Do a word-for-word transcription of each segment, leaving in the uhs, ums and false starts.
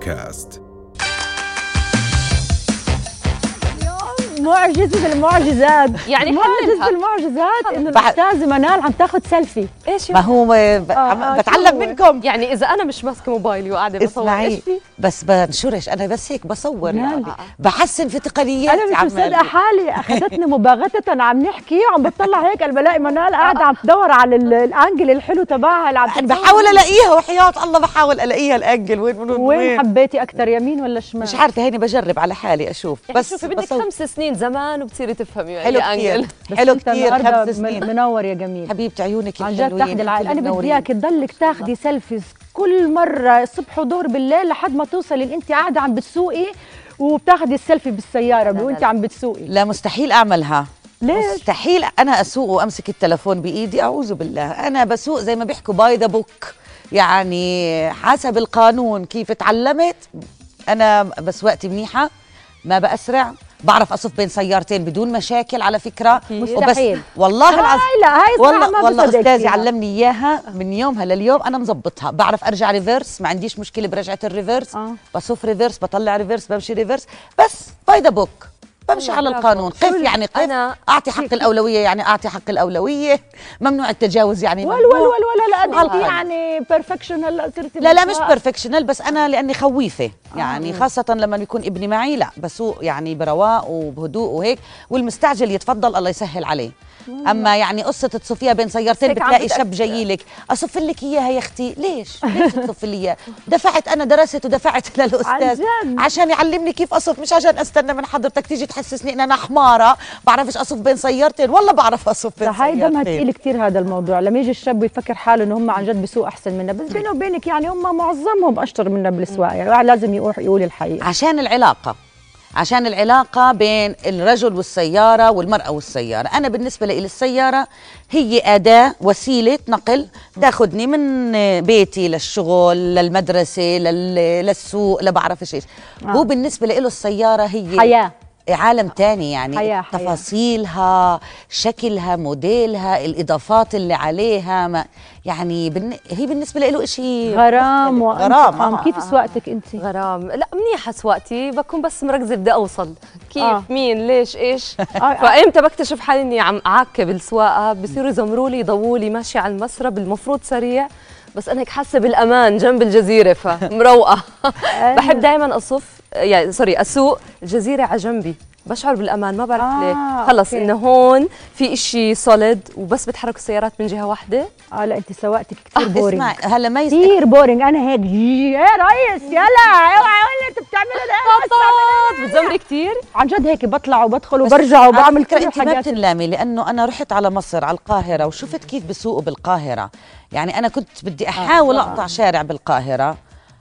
بودكاست. معجزة المعجزات، يعني معجزة المعجزات انه الاستاذة منال عم تاخذ سيلفي. ايش ما هو ب... آه بتعلم منكم. يعني اذا انا مش ماسكه موبايلي وقاعده بصور ايش في؟ بس بنشرش انا بس هيك بصور يعني. بحسن في تقنيات. انا مش مصدقه حالي، اخذتني مباغته عم نحكي وعم بطلع هيك انا بلاقي منال قاعده عم تدور على الانجل الحلو تبعها اللي عم انا بحاول الاقيها وحياة الله بحاول الاقيها الانجل وين وين وين حبيتي اكثر يمين ولا شمال؟ مش عارفه هيني بجرب على حالي اشوف. يعني بس شوفي بدك خمس سنين زمان وبتصيري تفهمي حلو كثير حلو كثير خمس سنين منور يا جميل حبيبتي عيونك عن جد تاخذي العقل. انا بدي اياك تضلك تاخذي سيلفيز كل مره الصبح ودور بالليل لحد ما توصلي اللي انت قاعده عم بتسوقي وبتاخذي السيلفي بالسياره وانت عم بتسوقي. لا مستحيل اعملها. ليش؟ مستحيل انا اسوق وامسك التلفون بايدي، اعوذ بالله. انا بسوق زي ما بيحكوا باي ذا بوك، يعني حسب القانون. كيف تعلمت انا بس وقتي منيحه، ما باسرع، بعرف اصف بين سيارتين بدون مشاكل على فكره. مستحيل والله العظيم. لا هاي والله ما والله استاذي علمني اياها من يومها لليوم انا مزبطها. بعرف ارجع ريفيرس، ما عنديش مشكله برجعه الريفيرس. آه. بصف ريفيرس، بطلع ريفيرس، بمشي ريفيرس، بس باي ذا بوك بمشي على القانون. قف يعني قف، أنا اعطي حق الاولويه يعني اعطي حق الاولويه، ممنوع التجاوز يعني ولا ولا ولا لا انت يعني بيرفكشن هلا صرتي. لا لا مش بيرفكشنال، بس انا لاني خويفه يعني. آه. خاصه لما يكون ابني معي لا بسوق يعني برواق وبهدوء وهيك، والمستعجل يتفضل الله يسهل عليه. اما يعني قصه تصفيها بين سيارتين بتلاقي شاب جاي لك اصف لك اياها يا اختي. ليش ليش تصف لي اياها؟ دفعت انا درست ودفعت للاستاذ عشان يعلمني كيف اصف، مش عشان استنى من حضرتك تيجي تحسسني ان انا حماره بعرفش اصف بين سيارتين. والله بعرف اصف بين سيارتين. هاي دمها ثقيل كثير هذا الموضوع لما يجي الشاب ويفكر حاله انه هم عن جد بيسوق احسن منا، بس بينه وبينك يعني هم معظمهم اشطر منا بالسواقه. يعني لازم يروح يقول الحقيقه عشان العلاقه عشان العلاقة بين الرجل والسيارة والمرأة والسيارة. أنا بالنسبة لي السيارة هي أداة وسيلة نقل تاخدني من بيتي للشغل للمدرسة للسوق لبعرفش إيش. آه. هو بالنسبة له السيارة هي حياة، عالم تاني يعني. حياة حياة. تفاصيلها، شكلها، موديلها، الإضافات اللي عليها، ما يعني بالن... هي بالنسبة له إشي غرام غرام. آه. كيف سواقتك أنت؟ غرام. لا منيحة سواقتي، بكون بس مركزة بدي أوصل كيف آه. مين ليش إيش. فإمتى بكتشف حالي إني عم أعكب السواقة بصيروا يزمروا لي يضووا لي ماشية على المسرب المفروض سريع، بس أنا هيك حاسة بالأمان جنب الجزيرة فمروقة. بحب دائما أصف يعني سوري أسوق الجزيرة على جنبي، بشعر بالامان ما بعرف آه ليه. خلص انه هون في اشي سوليد وبس بتحرك السيارات من جهه واحده. اه لا انت سواقتك كثير بورينج. اسمع هلا ما كثير بورينج. انا هيك يا ريس يلا اوعى ولا انت بتعملوا ده بتزمري كثير عن جد. هيك بطلع وبدخل وبرجع وبعمل كل انت ما بتنلامي، لانه انا رحت على مصر على القاهره وشفت كيف بسوقوا بالقاهره. يعني انا كنت بدي احاول آه. اقطع شارع بالقاهره،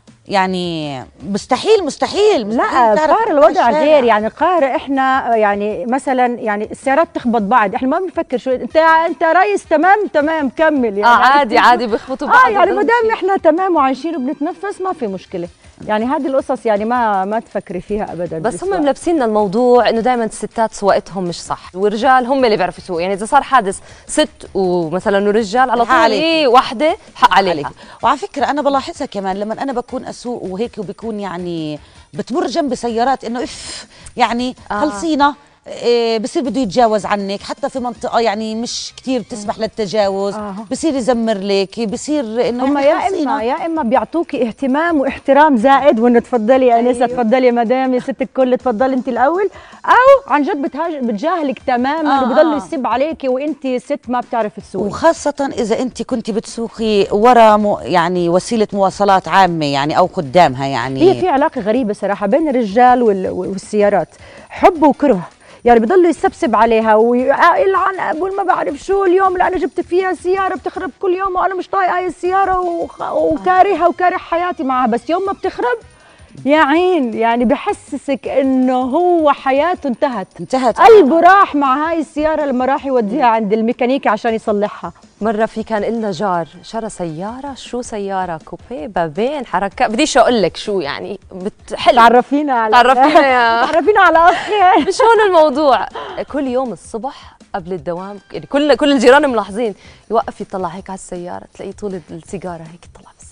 يعني مستحيل مستحيل, مستحيل لا القاهرة الوضع غير. يعني القاهرة احنا يعني مثلا يعني السيارات تخبط بعض، احنا ما بنفكر شو انت انت ريس تمام تمام كمل يعني. اه عادي عادي بيخبطوا بعض. اه يعني ما دام احنا تمام وعايشين وبنتنفس ما في مشكلة. يعني هذه القصص يعني ما ما تفكري فيها ابدا. بس هم ملبسيننا الموضوع انه دائما الستات سواقتهم مش صح والرجال هم اللي بيعرفوا يسوقوا. يعني اذا صار حادث ست ومثلا ورجال على طول هي وحده حق عليها. وعلى فكره انا بلاحظها كمان لما انا بكون اسوق وهيك وبكون يعني بتمر جنب سيارات انه اف يعني آه. خلصينا إيه بصير بده يتجاوز عنك حتى في منطقه يعني مش كثير بتسمح للتجاوز. آه. بصير يزمر لك، بصير انه هم يا اما يا اما بيعطوكي اهتمام واحترام زائد وانه تفضلي يا انسه. أيوه. تفضلي يا مدام يا ست الكل تفضلي انت الاول، او عن جد بتجاهلك تماما. آه. وبضل يسب عليكي وانت ست ما بتعرفي تسوقي. وخاصه اذا انت كنت بتسوقي ورا مو يعني وسيله مواصلات عامه يعني او قدامها. يعني هي في علاقه غريبه صراحه بين الرجال والسيارات، حب وكره. يعني بضلوا يسبسب عليها ويلعن ابو ما بعرف شو اليوم اللي انا جبتك فيها سياره بتخرب كل يوم وانا مش طايقه هاي السياره وكارهها وكاره حياتي معها، بس يوم ما بتخرب يا عين يعني بحسسك انه هو حياته انتهت انتهت قلبه راح مع هاي السياره لما راح يوديها عند الميكانيكي عشان يصلحها. مره في كان لنا جار شرى سياره، شو سياره كوبيه بابين حركات، بديش اقول لك شو يعني بتحل. تعرفينا على تعرفينا يا تعرفينا على اخي. مش هون الموضوع. كل يوم الصبح قبل الدوام يعني كل كل الجيران ملاحظين يوقف يطلع هيك على السياره، تلاقيه طول السيجاره هيك يطلع بالسياره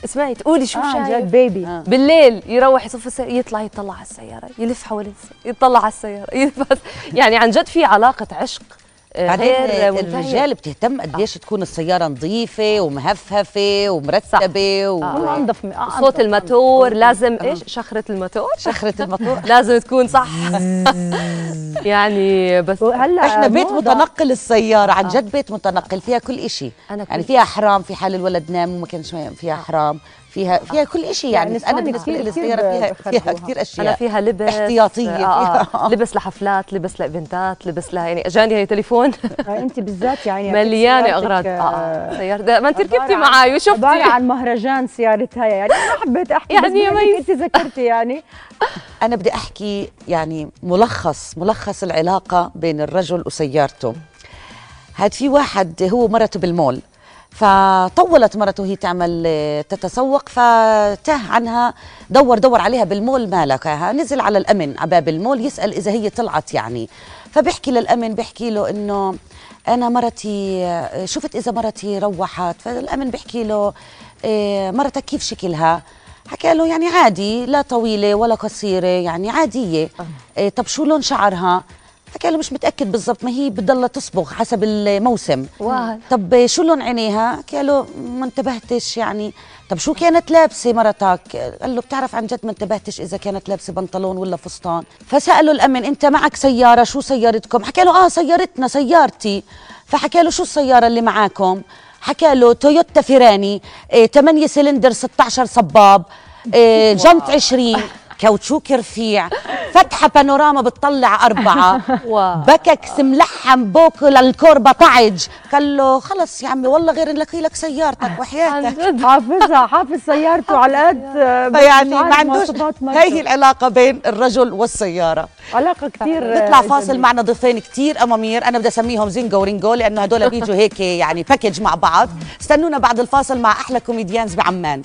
اسمعي تقولي شو آه شايف جد بيبي. آه. بالليل يروح يصف السيارة، يطلع يطلع على السيارة، يلف حوالين السيارة، يطلع على السيارة، يلف. يعني عن جد في علاقة عشق. بعدين الرجال بتهتم قديش تكون السيارة نظيفة ومهفهفة ومرتبة وانظف. صوت الماتور لازم ايش؟ شخرة الماتور شخرة الماتور لازم تكون صح. يعني بس هلا احنا بيت متنقل السيارة، عن جد بيت متنقل فيها كل إشي، يعني فيها حرام في حال الولد نام وما كانش فيها حرام، فيها فيها كل شيء. يعني, يعني انا بالنسبه لي السياره فيها فيها كثير اشياء. انا فيها لبس احتياطيه، آه آه. لبس لحفلات، لبس لايفنتات، لبس لها يعني اجاني هي تليفون. انت بالذات يعني مليانه اغراض. اه سيارة ما انت ركبتي معي وشفتي عباره عن مهرجان سيارتها. يعني انا حبيت احكي يعني انت ذكرتي. يعني انا بدي احكي يعني ملخص ملخص العلاقه بين الرجل وسيارته. هاد في واحد هو مرته بالمول، فطولت مرته هي تعمل تتسوق، فتاه عنها، دور دور عليها بالمول ما لقاها، نزل على الأمن على باب المول يسأل إذا هي طلعت يعني. فبحكي للأمن، بحكي له إنه أنا مرتي شفت إذا مرتي روحت. فالأمن بحكي له إيه مرتك كيف شكلها؟ حكى له يعني عادي، لا طويلة ولا قصيرة، يعني عادية. إيه طب شو لون شعرها؟ حكى له مش متأكد بالضبط، ما هي بتضلها تصبغ حسب الموسم. واو. طب شو لون عينيها؟ حكى له ما انتبهتش يعني. طب شو كانت لابسة مرتك؟ قال له بتعرف عن جد ما انتبهتش إذا كانت لابسة بنطلون ولا فستان. فسأله الأمن أنت معك سيارة، شو سيارتكم؟ حكى له آه سيارتنا سيارتي. فحكى له شو السيارة اللي معاكم؟ حكى له تويوتا فيراني، إيه ثمانية سلندر ستة عشر صباب، إيه جنط عشرين، كاوتشوك رفيع، فتحة بانوراما بتطلع أربعة، بككس ملحم بوك للكوربة طعج. قال له خلص يا عمي والله غير نلاقي لك سيارتك وحياتك. حافظها، حافظ سيارته على قد. يعني ما عندوش. هي العلاقة بين الرجل والسيارة، علاقة كثير. نطلع فاصل معنا ضيفين كثير أمامير، أنا بدي أسميهم زينجو ورينجو لأنه هدول بيجوا هيك يعني باكج مع بعض. استنونا بعد الفاصل مع أحلى كوميديانز بعمان.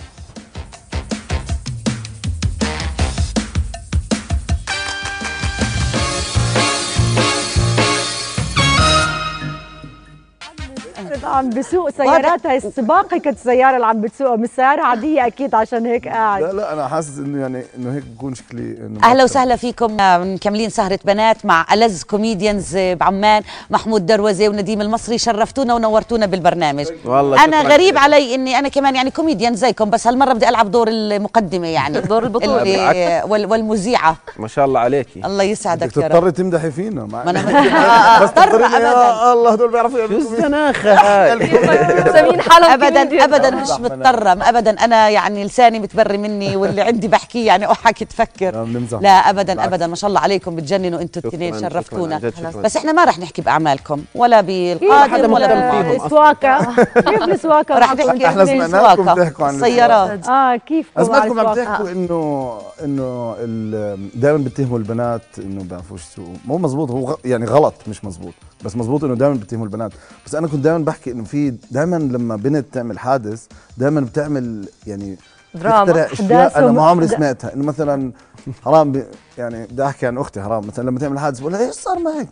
عم بسوق سيارات. هاي السباقه كانت السياره اللي عم بتسوقها، مش سياره عاديه اكيد، عشان هيك قاعد. لا لا انا حاسس انه يعني انه هيك بكون شكلي انه. اهلا وسهلا فيكم، مكملين سهره بنات مع ألذ كوميديانز بعمان، محمود دروزي ونديم المصري. شرفتونا ونورتونا بالبرنامج. والله انا غريب علي اني انا كمان يعني كوميديان زيكم، بس هالمره بدي العب دور المقدمه يعني دور البطوله والمذيعه. ما شاء الله عليكي. الله يسعدك يا رب. تضطري تمدحي فينا. ما انا بس تضطري يا الله هدول بيعرفوا يعملوا شو الزناخه هاي. مسمين حالهم ابدا ابدا مش مضطره ابدا. انا يعني لساني متبري مني واللي عندي بحكيه يعني احكي تفكر. لا ابدا ابدا، ما شاء الله عليكم بتجننوا انتوا الاثنين، شرفتونا. بس احنا ما رح نحكي باعمالكم ولا بالقادم ولا بالسواقه. كيف السواقه؟ رح نحكي احنا سمعناكم تحكوا عن السيارات. اه كيف سمعتكم عم تحكوا انه انه دائما بتهموا البنات انه بيعرفوش يسوقوا. مو مزبوط، هو يعني غلط مش مزبوط، بس مزبوط انه دائما بتهموا البنات. بس انا كنت دائما بحكي انه في دائما لما بنت تعمل حادث دائما بتعمل يعني دراما اشياء انا ما عمري سمعتها. انه مثلا حرام يعني بدي احكي عن اختي، حرام مثلا لما تعمل حادث بقول لها ايش صار معك؟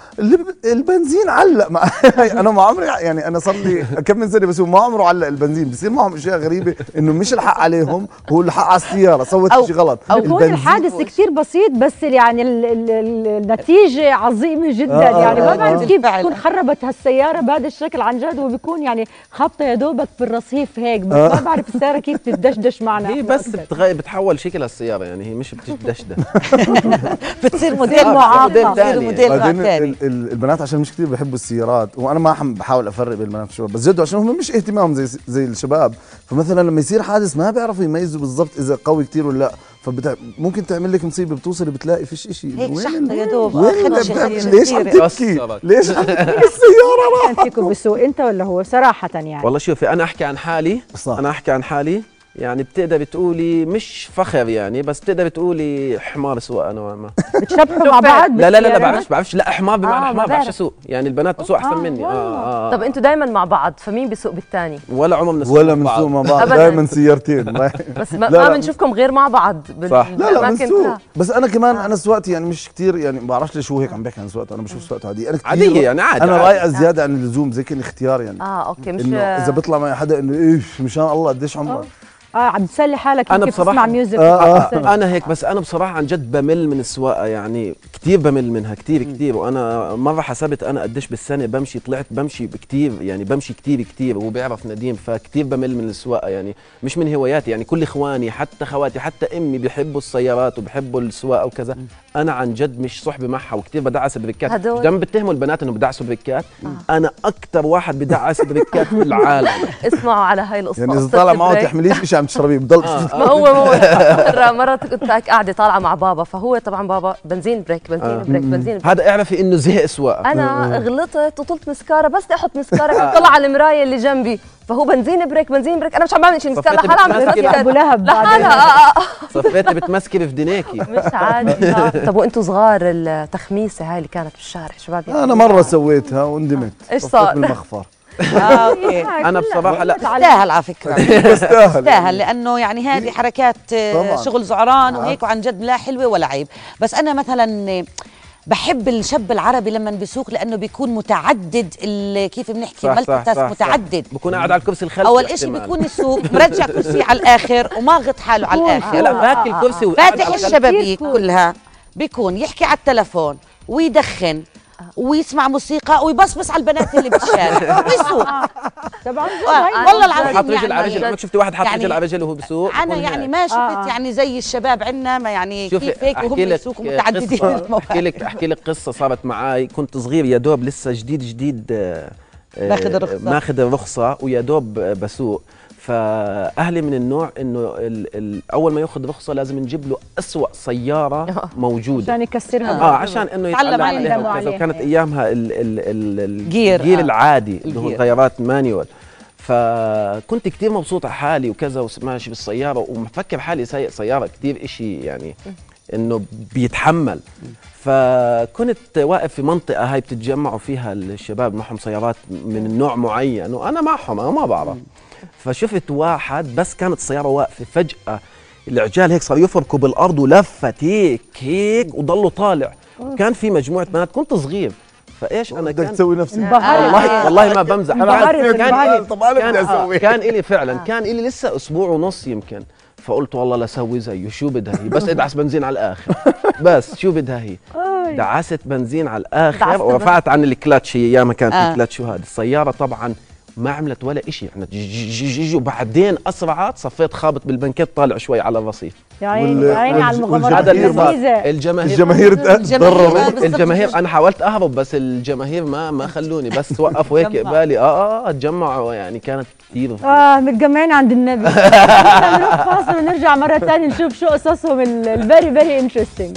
البنزين علق معي. انا ما عمري يعني انا صار لي كم من سنه بسوق ما عمره علق البنزين. بصير معهم اشياء غريبه انه مش الحق عليهم، هو الحق على السياره، سوت شيء غلط. او يكون الحادث كثير بسيط بس يعني ال ال ال النتيجه عظيمه جدا. آه يعني ما بعرف آه كيف تكون خربت هالسياره بهذا الشكل عن جد، وبيكون يعني خابطه يا دوبك بالرصيف هيك. بس آه ما بعرف السياره كيف تتدشدش معنا. هي بس بتغير بتحول شكلها السياره، يعني هي مش بتدشدش. بتصير موديل معاقه، بتصير موديل ثاني. البنات عشان مش كتير بحبوا السيارات، وانا ما بحاول افرق بين البنات والشباب، بس جدوا عشان هم مش اهتمامهم زي زي الشباب. فمثلا لما يصير حادث ما بيعرفوا يميزوا بالضبط اذا قوي كتير ولا لا، فممكن تعمل لك مصيبه، بتوصلي بتلاقي فيش شيء. هيك شحطه يا دوب. ليش عم تبكي؟ ليش عم تبكي؟ السياره راحت. فيكم بسوق انت ولا هو؟ صراحه يعني والله شوفي انا احكي عن حالي صح. انا احكي عن حالي يعني بتقدر تقولي مش فخر يعني، بس بتقدر تقولي حمار سواقه نوعا ما. بتشبهوا مع بعض؟ لا لا لا بعرفش بعرفش لا حمار بمعنى حمار بعرفش اسوق، يعني البنات بسوق احسن مني. آه آه طب انتوا دايما مع بعض، فمين بيسوق بالثاني؟ ولا عمرنا بنسوق ولا بنسوق مع بعض، دائما سيارتين. بس ما بنشوفكم غير مع بعض. صح. لا لا بنسوق، بس انا كمان انا سواقتي يعني مش كثير، يعني ما بعرفش ليش هو هيك عم بحكي عن سواقته. انا بشوف سواقته عاديه، انا عاديه يعني عادي. انا رايقه زياده عن اللزوم زي كان اختيار يعني. اه اوكي. مش انه اذا بيطلع معي حدا انه ايش مشان الله قديش عمرك اه عم تسلي حالك أنا كيف بصراحة تسمع ميوزك. آه آه. انا هيك، بس انا بصراحه عن جد بمل من السواقه، يعني كثير بمل منها كثير كثير. وانا مره حسبت انا قديش بالسنه بمشي، طلعت بمشي كثير، يعني بمشي كثير كثير، وبيعرف نديم، فكثير بمل من السواقه، يعني مش من هواياتي. يعني كل اخواني حتى خواتي حتى امي بيحبوا السيارات وبيحبوا السواقه وكذا، انا عن جد مش صحبه معها، وكثير بدعس بريكات. مش دائما بتهموا البنات انه بدعسوا بريكات، آه. انا اكثر واحد بدعس بريكات في العالم. اسمعوا على هاي القصه، يعني اذا طالع معه تحمليش شيء عم تشربيه بضل. هو هو مرة مرة كنت قاعدة طالعة مع بابا، فهو طبعا بابا بنزين بريك بنزين آه. بريك بنزين بريك. هذا اعرفي انه زهق سواقة. انا غلطت وطلت مسكارة، بس بدي احط مسكارة طلع على المراية اللي جنبي، فهو بنزين بريك بنزين بريك، انا مش عم بعمل شيء، مسكارة لحالها عم تركي ابو لهب لحالها. صفيتي بتمسكي في دينيكي مش عادي. طب وانتوا صغار التخميسة هاي اللي كانت في الشارع شباب؟ انا مرة سويتها وندمت. ايش صار؟ بالمخفر. اه اوكي. انا بصراحه لا تستاهل على فكره، تستاهل تستاهل لانه يعني هذه حركات شغل زعران وهيك، وعن جد لا حلوه ولا عيب. بس انا مثلا بحب الشاب العربي لما بيسوق لانه بيكون متعدد، كيف بنحكي ملتي متعدد، بكون قاعد على الكرسي الخلفي. اول شيء بيكون يسوق مرجع كرسي على الاخر وماغط حاله على الاخر، لا فاتح الكرسي فاتح الشبابيك كلها، بيكون يحكي على التلفون ويدخن ويسمع موسيقى ويبصبص على البنات اللي بالشارع ويسوق. طبعا والله العظيم حاط رجل على رجل. عمرك شفتي واحد حاط رجل على رجل وهو بيسوق؟ انا يعني ما شفت آه. يعني زي الشباب عندنا ما يعني كيف هيك وهم بيسوقوا متعددين المواهب. احكي لك احكي لك قصه صارت معي. كنت صغير يا دوب لسه جديد جديد ماخذ الرخصه ماخذ الرخصه ويا دوب بسوق. فاهلي من النوع انه اول ما ياخذ رخصه لازم نجيب له اسوأ سياره موجوده عشان يكسرها. اه عشان انه يتعلم عليها. وكانت ايامها الجير العادي اللي هو الغيارات مانيوال. فكنت كثير مبسوط على حالي وكذا وماشي بالسياره ومفكر حالي سايق سياره كثير إشي يعني انه بيتحمل. فكنت واقف في منطقه هاي بتتجمعوا فيها الشباب معهم سيارات من النوع معين وانا معهم انا ما بعرف. فشفت واحد بس كانت السياره واقفه، فجاه العجال هيك صار يفركوا بالارض ولفت هيك هيك وضلوا طالع. كان في مجموعه بنات، كنت صغير فايش انا كان تسوي نفسك والله والله ما بمزح. كان كان طب انا بدي اسوي كان الي فعلا كان الي لسه اسبوع ونص يمكن. فقلت والله لا اسوي زيه، شو بدها هي بس ادعس بنزين على الاخر. بس شو بدها هي دعست بنزين على الاخر ورفعت عن الكلاتش. هي ايامها كانت آه. الكلاتش. وهذه السياره طبعا ما عملت ولا شيء يعني. وبعدين اسرعت صفيت خابط بالبنكيت طالع شوي على الرصيف. يا عيني يا عيني على المغامرات اللذيذه. الجماهير الجماهير ضرروا. الجماهير انا حاولت اهرب بس الجماهير ما ما خلوني، بس وقفوا هيك قبالي. اه اه تجمعوا يعني كانت كثير اه متجمعين عند النبي. نروح فاصل ونرجع مره ثانيه نشوف شو قصصهم الفيري فيري انترستينج.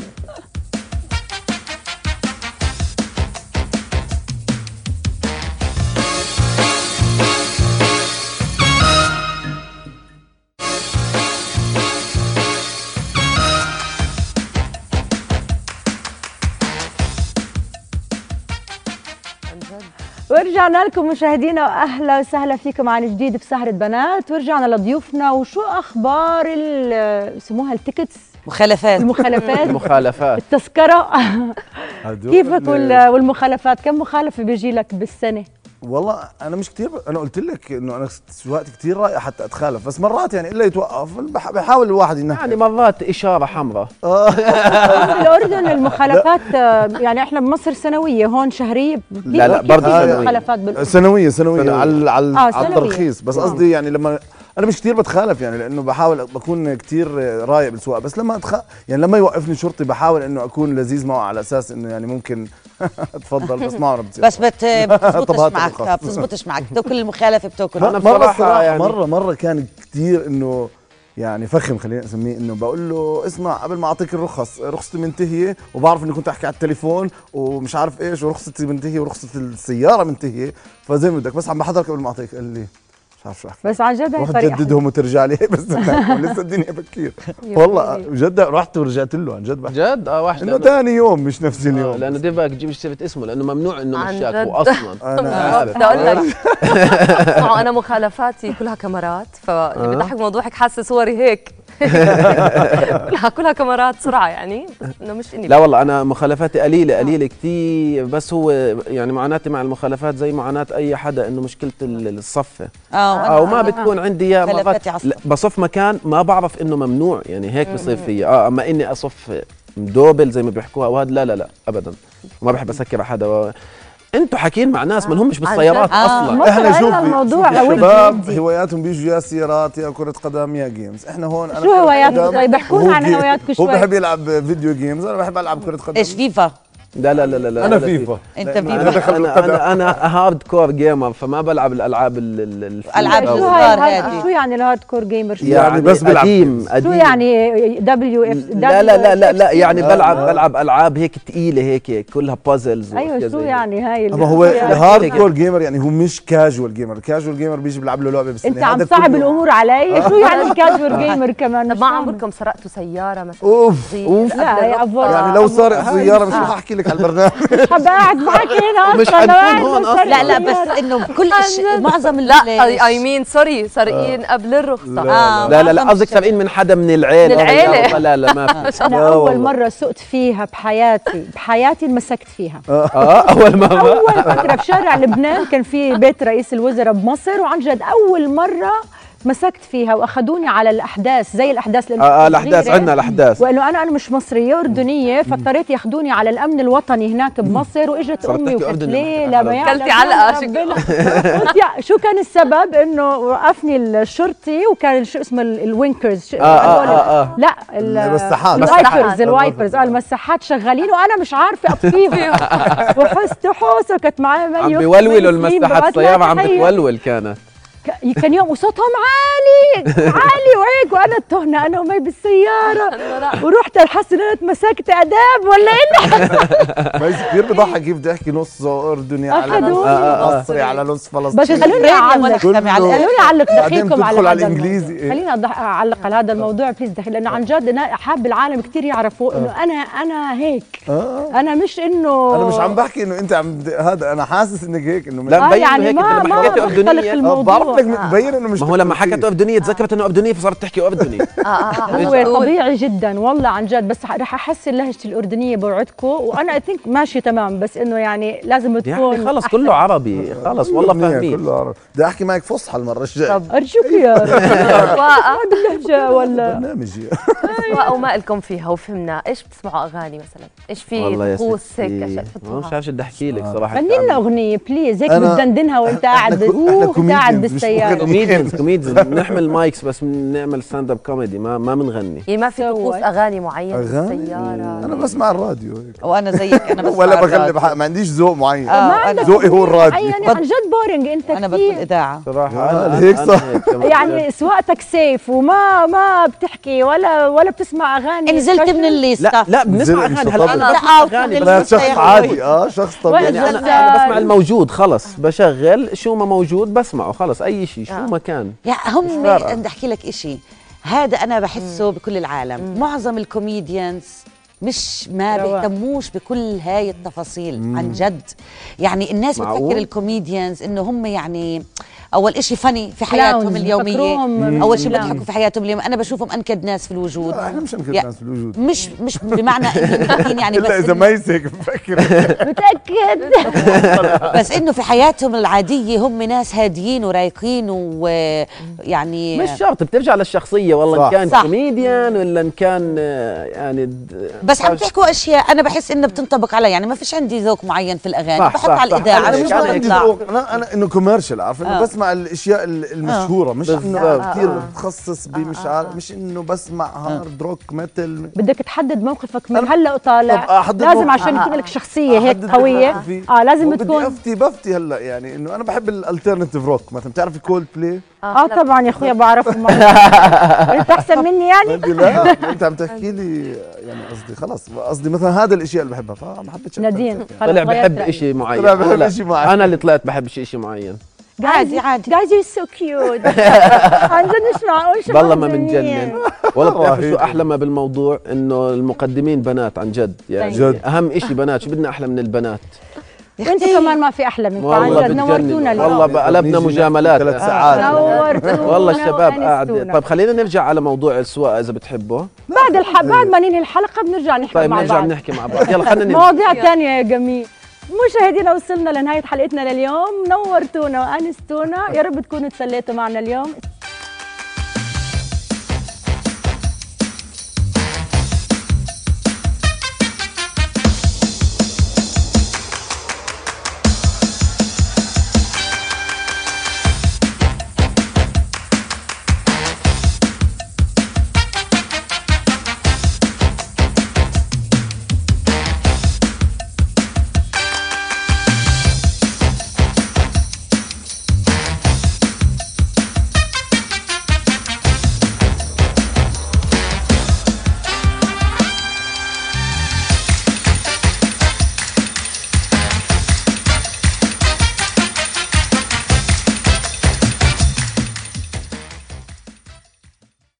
ورجعنا لكم مشاهدينا واهلا وسهلا فيكم عن جديد بسهرة بنات. ورجعنا لضيوفنا. وشو اخبار يسموها التيكتس؟ مخالفات المخالفات المخالفات التذكرة. كيفك والمخالفات؟ كم مخالفة بيجي لك بالسنة؟ والله انا مش كتير. انا قلت لك انه انا سواقتي كتير رايقه حتى اتخالف، بس مرات يعني الا يتوقف بحاول الواحد ينهي يعني مرات اشاره حمراء. بالاردن المخالفات يعني احنا بمصر سنويه، هون شهريه. لا لا برضه المخالفات سنويه سنويه على على, آه على الترخيص. بس قصدي يعني لما انا مش كتير بتخالف يعني لانه بحاول بكون كتير رايق بالسواقه. بس لما أتخ... يعني لما يوقفني شرطي بحاول انه اكون لذيذ معه على اساس انه يعني ممكن تفضل بس معه بس بت بتزبطش معك بتزبطش معك بتاكل المخالفه بتاكل. انا بصراحه يعني مره مره كان كتير انه يعني فخم خلينا اسميه، انه بقول له اسمع قبل ما اعطيك الرخص رخصتي منتهيه وبعرف اني كنت احكي على التليفون ومش عارف ايش ورخصتي منتهيه ورخصه السياره منتهيه، فزي ما بدك بس عم بحضرك قبل ما اعطيك. قال لي بس عن جد روح تجددهم وترجع لي بس لسه الدنيا بكير. والله جد رحت ورجعت له عن جد جد اه واحد انه ثاني يوم مش نفس اليوم. آه لانه ديبك تجيبش سيره اسمه لانه ممنوع انه مشاك واصلا. انا عارف. بدي اقول لك انا مخالفاتي كلها كاميرات، فاللي بيضحك موضوعك حاسه صوري هيك كلها كلها كاميرات سرعه يعني، بس انه مش اني لا والله انا مخالفاتي قليله قليله كثير، بس هو يعني معاناتي مع المخالفات زي معاناه اي حدا، انه مشكله الصفه اه او ما بتكون عندي يا مرات خلافاتي بصف مكان ما بعرف انه ممنوع، يعني هيك بصير فيي. اه اما اني اصف مدوبل زي ما بيحكوها وهذا لا لا لا ابدا، ما بحب اسكر على حدا و... انتوا حاكيين مع ناس ما لهمش بالسيارات آه. اصلا. احنا شوفي الموضوع الشباب هواياتهم بيجوا يا سيارات يا كرة قدم يا جيمز. احنا هون انا شو هواياتكم؟ طيب احكوا لنا عن هواياتكم شوي. هو بحب يلعب فيديو جيمز، انا بحب العب كرة قدم. ايش فيفا؟ لا لا لا لا انا فيفا. انت انا فيفا انا انا, أنا هارد كور جيمر، فما بلعب الالعاب العاب الصغار هذه. شو يعني الهارد كور جيمر؟ يعني بس بلعب قديم شو يعني دبليو اف؟ لا لا لا لا لا يعني بلعب بلعب العاب هيك ثقيله هيك كلها بازلز. ايوه شو يعني هاي؟ اما هو الهارد كور جيمر يعني هو مش كاجوال جيمر. الكاجوال جيمر بيجي بيلعب له لعبه بس انت عم تصعب الامور علي. شو يعني الكاجوال جيمر كمان؟ ما عمركم سرقتوا سياره مثلا؟ اوف اوف لا يا ابو يعني لو سارق سياره مش رح احكي لك على البرنامج. حابة قاعد معك هنا مش حنكون هون اصلا. لا لا بس انه كل شيء معظم لا اي مين سوري سارقين قبل الرخصه. آه. لا لا لا قصدك سارقين من حدا من العيله. من العيله. لا لا ما في. انا اول مره سقت فيها بحياتي بحياتي مسكت فيها. اه اول مره اول فكره بشارع لبنان كان في بيت رئيس الوزراء بمصر، وعن جد اول مره مسكت فيها واخذوني على الاحداث زي الاحداث اه, آه الاحداث عندنا الاحداث وانه انا انا مش مصريه اردنيه، فاضطريت ياخذوني على الامن الوطني هناك بمصر، واجت امي وقالت لي لا ما يعلم كلتي علقه شو كان السبب؟ انه وقفني الشرطي وكان شو اسمه الوينكرز. آه آه آه لا المساحات الوايبرز الوايبرز اه المساحات شغالين وانا مش عارفه اطفيهم. وحست حوسه كانت معي مي عم بيولولوا المساحات، السياره عم بتولول كانت كان يوم وصوتهم عالي عالي وهيك، وانا تهنا انا ومي بالسياره ورحت حاسه ان انا اتمسكت اداب ولا ايه. بس كثير بضحك كيف بدي احكي نص اردني على نص مصري على نص فلسطيني. بس خلوني اعلق خلوني اعلق دقيقكم على هذا الانجليزي. خليني اعلق على هذا الموضوع بليز دخل، لانه عن جد انا حاب العالم كثير يعرفوا انه انا انا هيك. انا مش انه انا مش عم بحكي انه انت عم هذا، انا حاسس انك هيك انه لا مبين هيك لما حكيت اردنيه. مبين انه مش ما هو لما حكت اردنيه تذكرت انه اردنيه فصارت تحكي اردني. هو طبيعي جدا والله عن جد، بس رح احسن لهجتي الاردنيه بوعدكم، وانا اي ثينك ماشي تمام، بس انه يعني لازم تكون يعني خلص كله عربي خلص والله فاهمين. كله عربي. بدي احكي معك فصحى المره الجايه. طب ارجوك يا رب باللهجه ولا برنامجي او ما لكم فيها وفهمنا. ايش بتسمعوا اغاني مثلا؟ ايش في طقوس هيك اشياء مش عارف شو بدي احكي لك صراحه. غني لنا اغنيه بليز هيك بتدندنها وانت قاعد قاعد بالسياره. كوميديانز كوميديانز بنحمل مايكس بس بنعمل ستاند اب كوميدي، ما ما بنغني. يعني ما في طقوس اغاني معين بالسياره؟ انا بسمع الراديو هيك. وانا زيك انا بسمع ولا بغلب ما عنديش ذوق معين. آه ذوقي هو الراديو. يعني عن جد بورينج انت. انا بدخل اذاعه صراحه أنا هيك صح. يعني سواقتك سيف وما ما بتحكي ولا ولا بتسمع اغاني. نزلت من الليسته. لا لا بنسمع اغاني هلا. انا اغاني بس شخص عادي. اه شخص طبيعي. يعني انا انا بسمع الموجود خلص، بشغل شو ما موجود بسمعه خلص، اي شيء شو ما كان. يا هم بدي احكي لك شيء، هذا انا بحسه بكل العالم. مم. معظم الكوميديانز مش ما بيهتموش بكل هاي التفاصيل. مم. عن جد يعني الناس معقول؟ بتفكر الكوميديانز انه هم يعني اول إشي فني في حياتهم اليوميه، اول شيء بيضحكوا في حياتهم اليوميه. انا بشوفهم انكد ناس في الوجود. احنا مش انكد ناس في الوجود، مش مش بمعنى انه يعني بس الا اذا ما يسك بفكر متاكد. بس انه في حياتهم العاديه هم ناس هاديين ورايقين ويعني مش شرط بترجع للشخصيه والله، ان كان صح. كوميديان ولا ان كان يعني بس عم تحكوا اشياء انا بحس انه بتنطبق علي. يعني ما فيش عندي ذوق معين في الاغاني، بحط على الاذاعه. انا مش عندي ذوق، انا انا انه كوميرشال، عارف انه بسمع الاشياء المشهوره، مش انه كثير متخصص بمش عارف، مش انه بسمع هارد روك ميتال. بدك تحدد موقفك من هلا وطالع، لازم عشان يكون لك شخصيه هيك قويه. اه لازم تكون. بفتي بفتي هلا يعني انه انا بحب الالترناتيف روك مثلا. بتعرفي كولد بلاي؟ اه طبعا يا اخويا بعرفهم. انت احسن مني يعني. لا انت عم تحكي لي يعني قصدي خلص قصدي مثلا هذا الاشياء اللي بحبها، فما حبيتش. نادين طلع بحب شيء معين. طلع بحب شيء معين. انا اللي طلعت بحب شيء معين. عادي عادي. جايز يو سو كيوت. عن جد مش معقول. والله ما بنجنن. والله بتعرفوا شو احلى ما بالموضوع؟ انه المقدمين بنات عن جد يعني. جد. اهم شيء بنات. شو بدنا احلى من البنات؟ وانتم كمان ما في احلى منكم عن جد. نورتونا اليوم والله قلبنا مجاملات ثلاث ساعات. نورتونا والله الشباب قاعد. طيب خلينا نرجع على موضوع السواقه اذا بتحبه. بعد الح... بعد ما ننهي الحلقه بنرجع نحكي طيب مع بعض. طيب نرجع نحكي مع بعض. يلا خلينا مواضيع ثانيه يا جميل. مشاهدينا وصلنا لنهايه حلقتنا لليوم، نورتونا وانستونا، يا رب تكونوا تسليتوا معنا اليوم.